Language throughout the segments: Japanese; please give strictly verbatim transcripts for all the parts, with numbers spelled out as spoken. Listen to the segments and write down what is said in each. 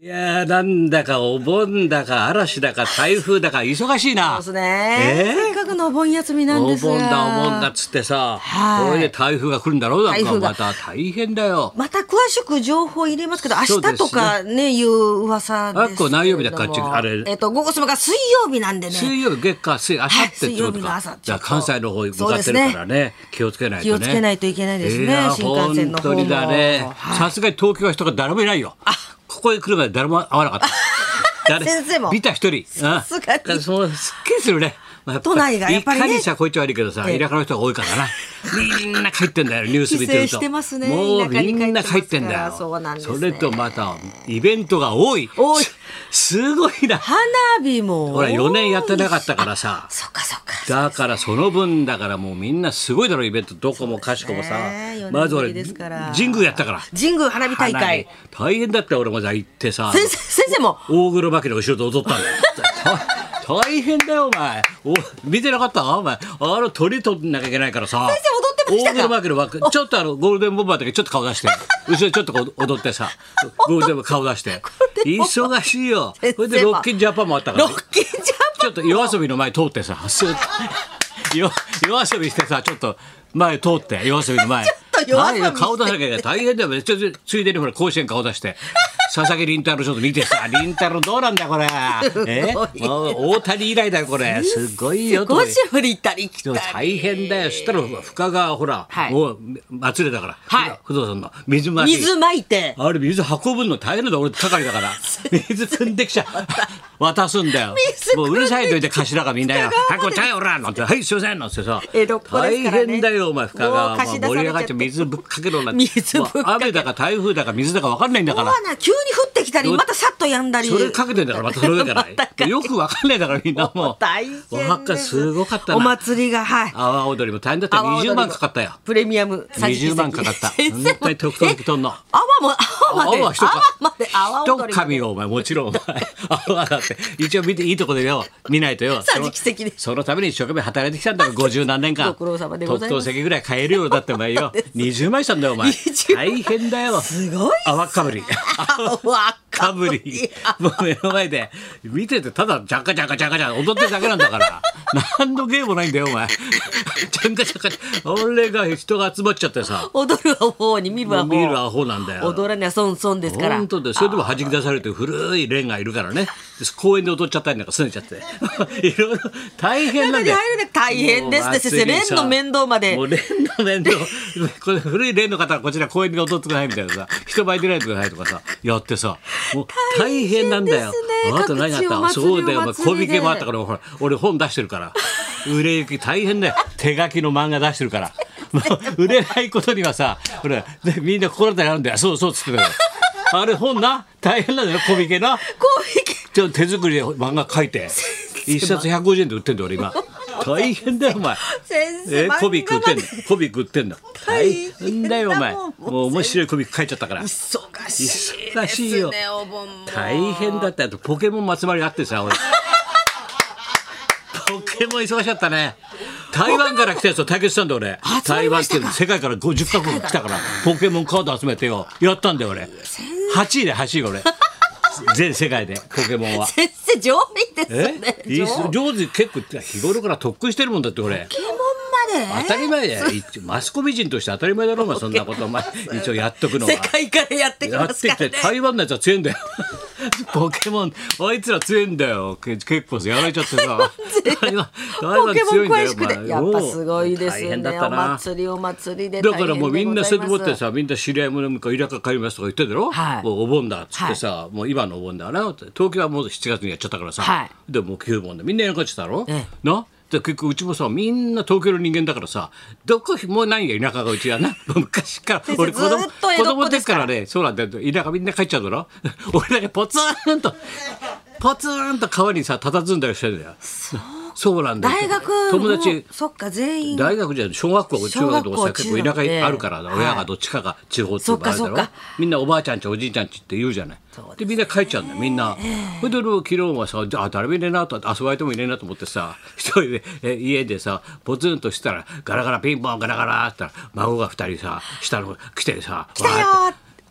いやーなんだかお盆だか嵐だか台風だか忙しいな。 そうですね、 えーせっかくのお盆休みなんですが、 お盆だお盆だっつってさ、 はいこれで台風が来るんだろう。なんか台風がまた大変だよ。 また詳しく情報入れますけど、明そうですね日とかねいう噂ですけれども、 あっこ何曜日だかっちゅうあれえっとごがつが水曜日なんでね、 水曜日月火水あさってってことはい水曜日のか。 朝じゃあ関西の方に向かってるからね、気をつけないとね。 気をつけないといけないですね、 いや新幹線の方も。 本当にだね。 はいさすがに東京は人が誰もいないよ。ここへ来るまで誰も会わなかった。誰先生も見た一人。 さすがにうんそうすっきりするね。まあやっぱ都内がやっぱりねいかにさこいつ悪いけどさ、 ええ田舎の人が多いからな。みんな帰ってんだよニュース見てると。 帰省してますねもう田舎に帰ってますからみんな帰ってんだよ。 そうなんですねそれとまたイベントが多い。 多いすごいな。 花火もほらよねんやってなかったからさ。 そっかそっか。 だからその分だからもうみんなすごいだろイベントどこもかしこもさ、 ねよねんまず俺ぶりですから神宮やったから神宮花火大会、 大変だって俺もじゃあ行ってさ先生先生も大黒摩季の後ろで踊ったんだよた大変だよお前お見てなかったお前あの鳥取んなきゃいけないからさ先生踊ってましたか大黒摩季の枠ちょっとあのゴールデンボンバーだけちょっと顔出して後ろちょっとこう踊ってさゴールデンボンバー顔出してデンボンバー忙しいよ先生はそれでロッキンジャパンもあったからロッキンジャちょっと夜遊びの前通ってさ、スーッと夜夜遊びしてさ、ちょっと前通って夜遊びの前。 ちょっと夜遊びしてはい顔出さなきゃいけない大変だよ。ちょっとついでにほら甲子園顔出して。佐々木麟太郎ちょっと見てさ、麟太郎どうなんだこれ。えもう大谷以来だよこれ。すごいよと甲子園まで行ったり来でもたり。 大変だよ。そしたら深川ほら、 はいもう祭りだから。 はい不動産の水まき。 水まいて。 あれ水運ぶの大変なんだ俺係だから水汲んできちゃ渡すんだよ水汲んでもううるさいといて頭がみんなよ「はいこっちはおら!」なんて「はいすいません」なんてさ江戸っ子です大からね変だよお前深川もう貸し出されちゃって盛り上がって水ぶっかけろなんて水ぶっかけもう雨だか台風だか水だか分かんないんだからそうな急に降ってきたりまたさっとやんだり。 それかけてんだからまたそれだからまたかけてよく分かんないんだからみんなもう大変ですわっかすごかったおな祭りがはい。 阿波踊りも大変だったにじゅうまんかかったよプレミアム桟敷席にじゅうまんかかった先生も本当に特等席取んのえ泡も泡まで泡は一か泡まで泡一踊り神よお前もちろんお前泡だって一応見ていいとこでよ見ないとよ桟敷席でそのそのために一生懸命働いてきたんだよごじゅうなんねんかんご苦労様でございます特等席ぐらい買えるようだってお前よにじゅうまんしたんだよお前にじゅうまん大変だよすごい泡かぶりわかぶりもう目の前で見ててただジャンカジャンカジャンカジャン踊ってるだけなんだから何の芸もないんだよお前ジャンカジャンカ俺が人が集まっちゃってさ踊る方に見る方見るアホなんだよ踊らには損損ですから。 本当でそれでも弾き出されて古いレンがいるからねで公園で踊っちゃったりなんかすねちゃっていろいろ大変なんだよ中に入るね大変ですね先生レンの面倒までもうレンの面倒これ古いレンの方はこちら公園で踊ってくださいみたいなさ人前出ないでくださいとかさやってさもう大変なんだよ大変ですねあと何やった各地お祭りそうだよお前お祭りで小引けもあったからほら俺本出してるから売れ行き大変だよ手書きの漫画出してるからもう売れないことにはさほらでみんな心当たりあるんだよそうそうっつってたよあれ本な大変なんだよ小引けなこういけちょっと手作りで漫画描いて一冊ひゃくごじゅうえんで売ってんだよ俺今大変だよお前先生えコビック売ってんのコビック売ってんの大大変だよお前もうもう面白いコビック書いちゃったから忙しいですね忙しいよお盆も大変だったよポケモンも集まりがあってさ俺ポケモン忙しかったね台湾から来たやつと対決したんだよ俺台湾っていうの世界からごじゅっかこく来たからポケモンカード集めてよやったんだよ俺はちいではちい俺全世界でポケモンは先生上手ですえねいいっす上手上手日頃から特訓してるもんだって俺ポケモンまで当たり前だよ一マスコミ人として当たり前だろお前そんなことお前一応やっとくのは世界からやってきやってきますからねて台湾のやつは強いんだよポケモンあいつら強いんだよけ結構やられちゃってさ台湾台湾ポケモン強いんだよ詳しくてお前やっぱすごいです大ね変だったなお祭りお祭りでだ大変でからもうみんなそれでもってございさみんな知り合いもなんか田舎帰りますとか言ってるだろ、 はいもうお盆だっつってさ、もう今のお盆だなって東京はもうしちがつにやっちゃったからさ、 はいでもうきゅうぼんでみんな田舎帰っちゃったろ、 ええなで結構うちもさみんな東京の人間だからさどこもうないよ田舎がうちはな昔から先生俺子供ずっと江戸っ子子供のですか時かららねそうなんだよ田舎みんな帰っちゃうだろ俺だけポツンとポツンと川にさ佇んだりしてるんだよそうなんだよ大学友達もそっか全員大学じゃ小学校中学校とかさ結構田舎にあるから、 小学校親がどっちかが地方っていう場合だろ、 そっかそっかみんなおばあちゃんちおじいちゃんちって言うじゃないでみんな帰っちゃうんだよみんな、それで昨日はさあ誰もいねえなと遊ばれてもいねえなと思ってさ一人でえ家でさポツンとしたらガラガラピンポンガラガラって言ったら孫が二人さ下の来てさ来たよー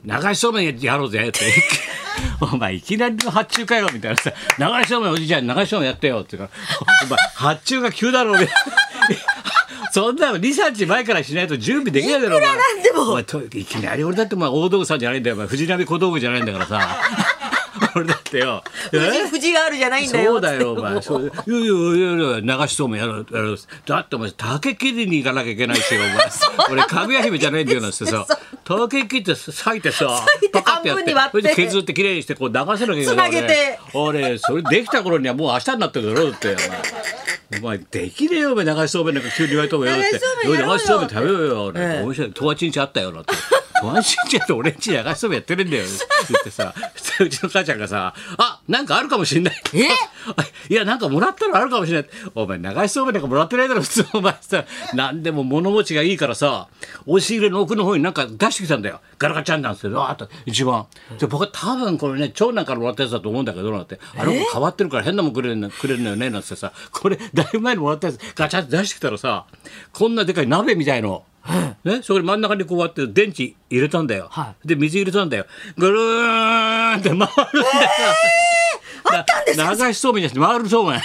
流しそうめんやろうぜってお前いきなりの発注かよみたいなさ、流しそうめんおじちゃん流しそうめんやってよって言うからお前発注が急だろうねそんなのに、さんにちまえからしないと準備できないだろお前。 いくらなんでもお前といきなり俺だってお前大道具さんじゃないんだよお前、藤波小道具じゃないんだからさ俺だってよ藤藤があるじゃないんだよそうだよおつって前。そういやいやいや流しそうめんやろうやろう。だってお前竹切りに行かなきゃいけないしよお前。俺かぐや姫じゃないんだよなんつってさ、竹切って裂いてさ裂いてパカッてやって半分に割ってそれで削ってきれいにしてこう流せなきゃいけない。 つなげて俺俺それできた頃にはもう明日になってるだろうってお前。お前できねえよお前流しそうめんなんか急に言われた方がよって。 流しそうめんやろうよ流しそうめん食べようよ。 ええお店で十八日あったよなって。十八日やって俺んち流しそうめんやってるんだよって言ってさ、うちの母ちゃんがさ、あなんかあるかもしんない。 えいやなんかもらったのあるかもしれない。お前流しそうめんなんかもらってないだろ普通。お前さ何でも物持ちがいいからさ、押し入れの奥の方になんか出してきたんだよ。ガラガチャンなんですよ。あと一番で僕は多分これね長男からもらったやつだと思うんだけどなって、あの子変わってるから変なもんくれるのくれるのよねなんてさ、これだいぶ前にもらったやつガチャって出してきたらさ、こんなでかい鍋みたいのね、それ真ん中にこうやって電池入れたんだよ、 はで水入れたんだよ、ぐるーんって回るんだよ、 あったんですか。 流しそうめんじゃなくて回るそうめん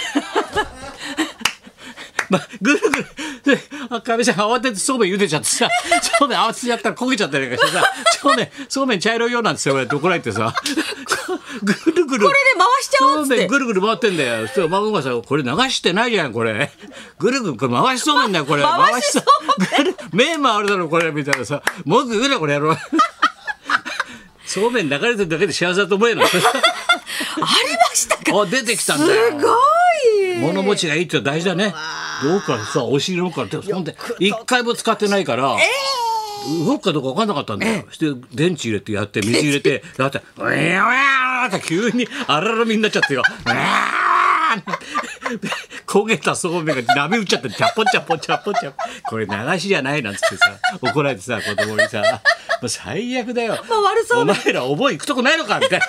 ま、ぐるぐるであかみさん慌ててそうめん茹でちゃってさ、そうめん慌てちゃったら焦げちゃったりなんかしてさ、そうめんそうめん茶色いよなんですよって怒られてさぐるぐるこれで回しちゃおうっつってそうめんぐるぐる回ってんだよ。そしたら孫がさ、これ流してないじゃんこれ、ぐるぐるこれ回しそうめんだよこれ、 回しそうめんぐる麺回るだろこれみたいなさ、もう言うなこれやろうそうめん流れてるだけで幸せだと思えなありましたか。 あ出てきたんだよ。 すごい。 物持ちがいいって大事だね。どうかさお尻の奥からほんで一回も使ってないから、動くかどうか分かんなかったんだよ。そして電池入れてやって水入れてやってうやうやって急にあららみになっちゃってよ、うや焦げたそうめんが波打っちゃってチャポンチャポンチャポンチャポン、これ流しじゃないなんつってさ怒られてさ子供にさ、もう最悪だよ、 回るそうめんお前らお盆行くとこないのかみたいな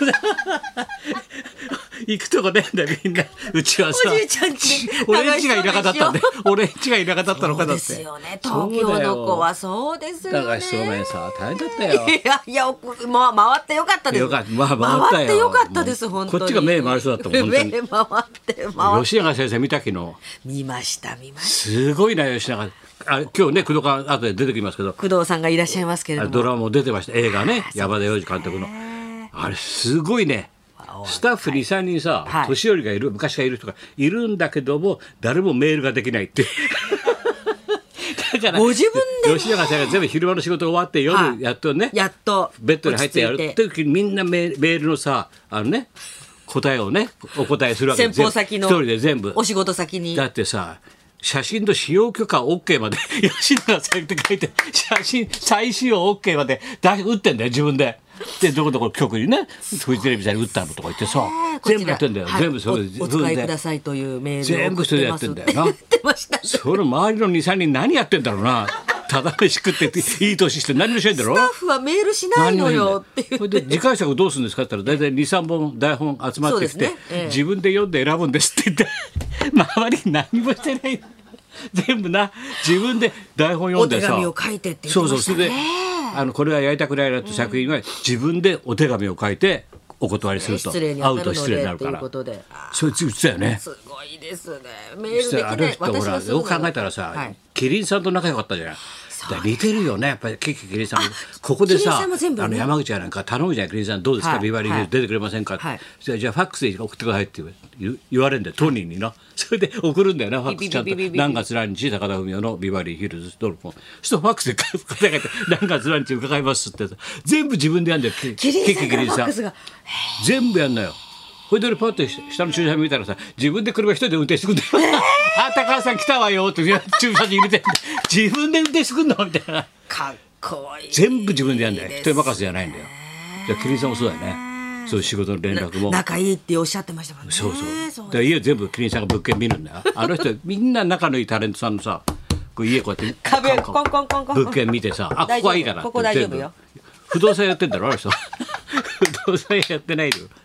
行くとこねえんだよみんな。うちはさおじいちゃんち俺んちが田舎だったんで俺んちが田舎だったのかだって。 そうですよね。東京の子はそうですよね。 流しそうめんさ大変だったよ。 いやいや、まあ、回ってよかったです。 よかった、まあ、回ったよ。 回ってよかったです本当に。 こっちが目回りそうだったもん本当に。 目回って回って吉永先生見た昨日。 見ました見ました。 すごいな吉永。あ今日ね工藤館後で出てきますけど、 工藤さんがいらっしゃいますけれども、 ドラマも出てました。映画ね山田洋次監督のあれすごいね。スタッフに、さんにんさ、 はい年寄りがいる昔からいる人がいるんだけども誰もメールができないっていうだからご自分で吉永さんが全部昼間の仕事終わって夜はいやっとね、 やっとベッドに入ってやる落ち着いって時にみんなメメールのさあのね答えをねお答えするわけ先方先の一人で全部お仕事先にだってさ写真の使用許可 OK まで吉永さんって書いて写真再使用 OK までだ打ってんだよ自分で。でどこどこ局にねフジテレビさんに打ったのとか言ってさ全部やってんだよ、 はい全部それおお使いくださいというメールを全部それでやってんだよな送ってましたね。 その周りのに、さんにん何やってんだろうな。ただ飯食ってっていい年して何もしないんだろ。 スタッフはメールしないのよって言って。 それで次回作どうするんですかって言ったら大体に、さんぼん台本集まってきて、 そうですねええ自分で読んで選ぶんですって言って周りに何もしてない全部な自分で台本読んでさお手紙を書いてって言ってましたね。 そうそうそれであのこれはやりたくないなって作品は自分でお手紙を書いてお断りすると失礼に会うと当たるのでという失礼になるからことで。あそいつ言ってたよね。 すごいですね。メールそしたらあのできない。 人ほら私はよく考えたらさ、 はいキリンさんと仲良かったじゃない。だから似てるよねやっぱりキキキリンさんここでキリンさ、 さんも全部ねあの山口やなんか頼むじゃんキリンさんどうですか、 はいビバリーヒルズ出てくれませんか、 はいじゃあじゃあファックスで送ってくださいって言う言われるんだよ当人にな。それで送るんだよなファックスちゃんとビビビビビビ何月何日高田文夫のビバリーヒルズドルポンそしたらファックスで答え書いて何月何日伺いますってさ全部自分でやるんだよキキリンさんからファックスが。 全部やんのよ。ほいで俺パッと下の駐車場見たらさ自分で車一人で運転してくんだよ、えー、あ高橋さん来たわよって駐車場に入れて自分で運転してくんのみたいなかっこいい。 全部自分でやんだよ人に任せじゃないんだよ。じゃあキリンさんもそうだよねそういう仕事の連絡も仲いいっておっしゃってましたもんね。 そうそうそうだから家全部キリンさんが物件見るんだよ。あの人みんな仲のいいタレントさんのさこう家こうやって壁カンコンコンコンコン物件見てさあここはいいかなってここ大丈夫よ。 全部不動産やってんだろあの人不動産やってないよ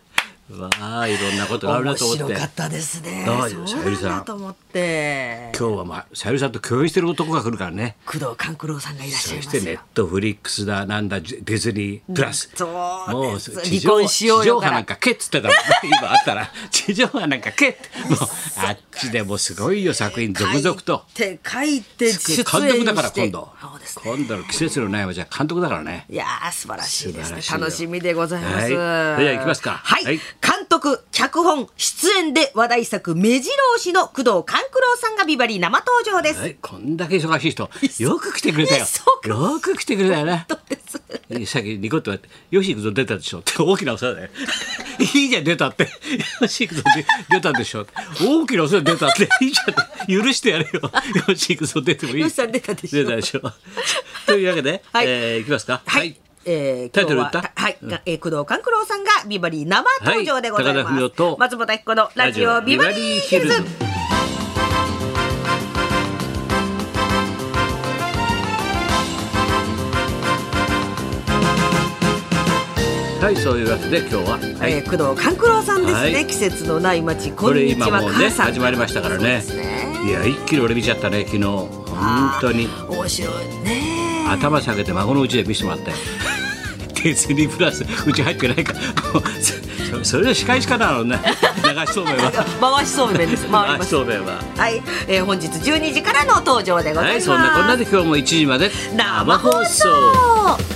わあいろんなことがあるなと思って。 面白かったですね。 ああそうさゆりさんなんだと思って今日はまあさゆりさんと共演してる男が来るからね。 工藤官九郎さんがいらっしゃいますよ。 そしてネットフリックスだなんだディズニープラス、 そうですもう離婚しようよから地上波なんかけっつってたもん今あったら地上波なんかけってもうあっちでもすごいよ作品続々と書いて書いて出演して監督だから今度そうですね。 今度の季節のないわじゃ監督だからね。 いやー素晴らしいですね。 素晴らしいよ楽しみでございます。 はいでは行きますか。 はい、 はい監督脚本出演で話題作目白押しの工藤官九郎さんがビバリー生登場です。 はい、こんだけ忙しい人よく来てくれたよ。 忙よく来てくれたよね。 どうですさっきニコッとやって「よし行くぞ出たでしょ」って大きなお世話だよ。いいじゃん出たって「よし行くぞ出たでしょ」大きなお世話出たっていいじゃん許してやれよ。よし行くぞ出てもいい。 よしさん出たでしょ出たでしょ。というわけで、 はいえー、いきますか。 はい、えー、 タイトル言った今日ははい、えー、工藤官九郎さんがビバリー生登場でございます。 はい高田文夫と松本明子のラジオビバリーヒルズ。 はいそういうわけで今日は、はいえー、工藤官九郎さんですね、 はい、 季節のない街ここれんにちは今もうね母さん始まりましたからね。 そうですねいや一気に俺見ちゃったね昨日本当に面白いね。 頭下げて孫のうちで見せてもらったよ。ディズニープラスうち入ってないからもうそそれで司会しかなのね。流しそうめんは回しそうめんです。回り流します。 そうめんははい、えー、本日じゅうにじからの登場でございます。 はいそんなこんなで今日もいちじまで生放送。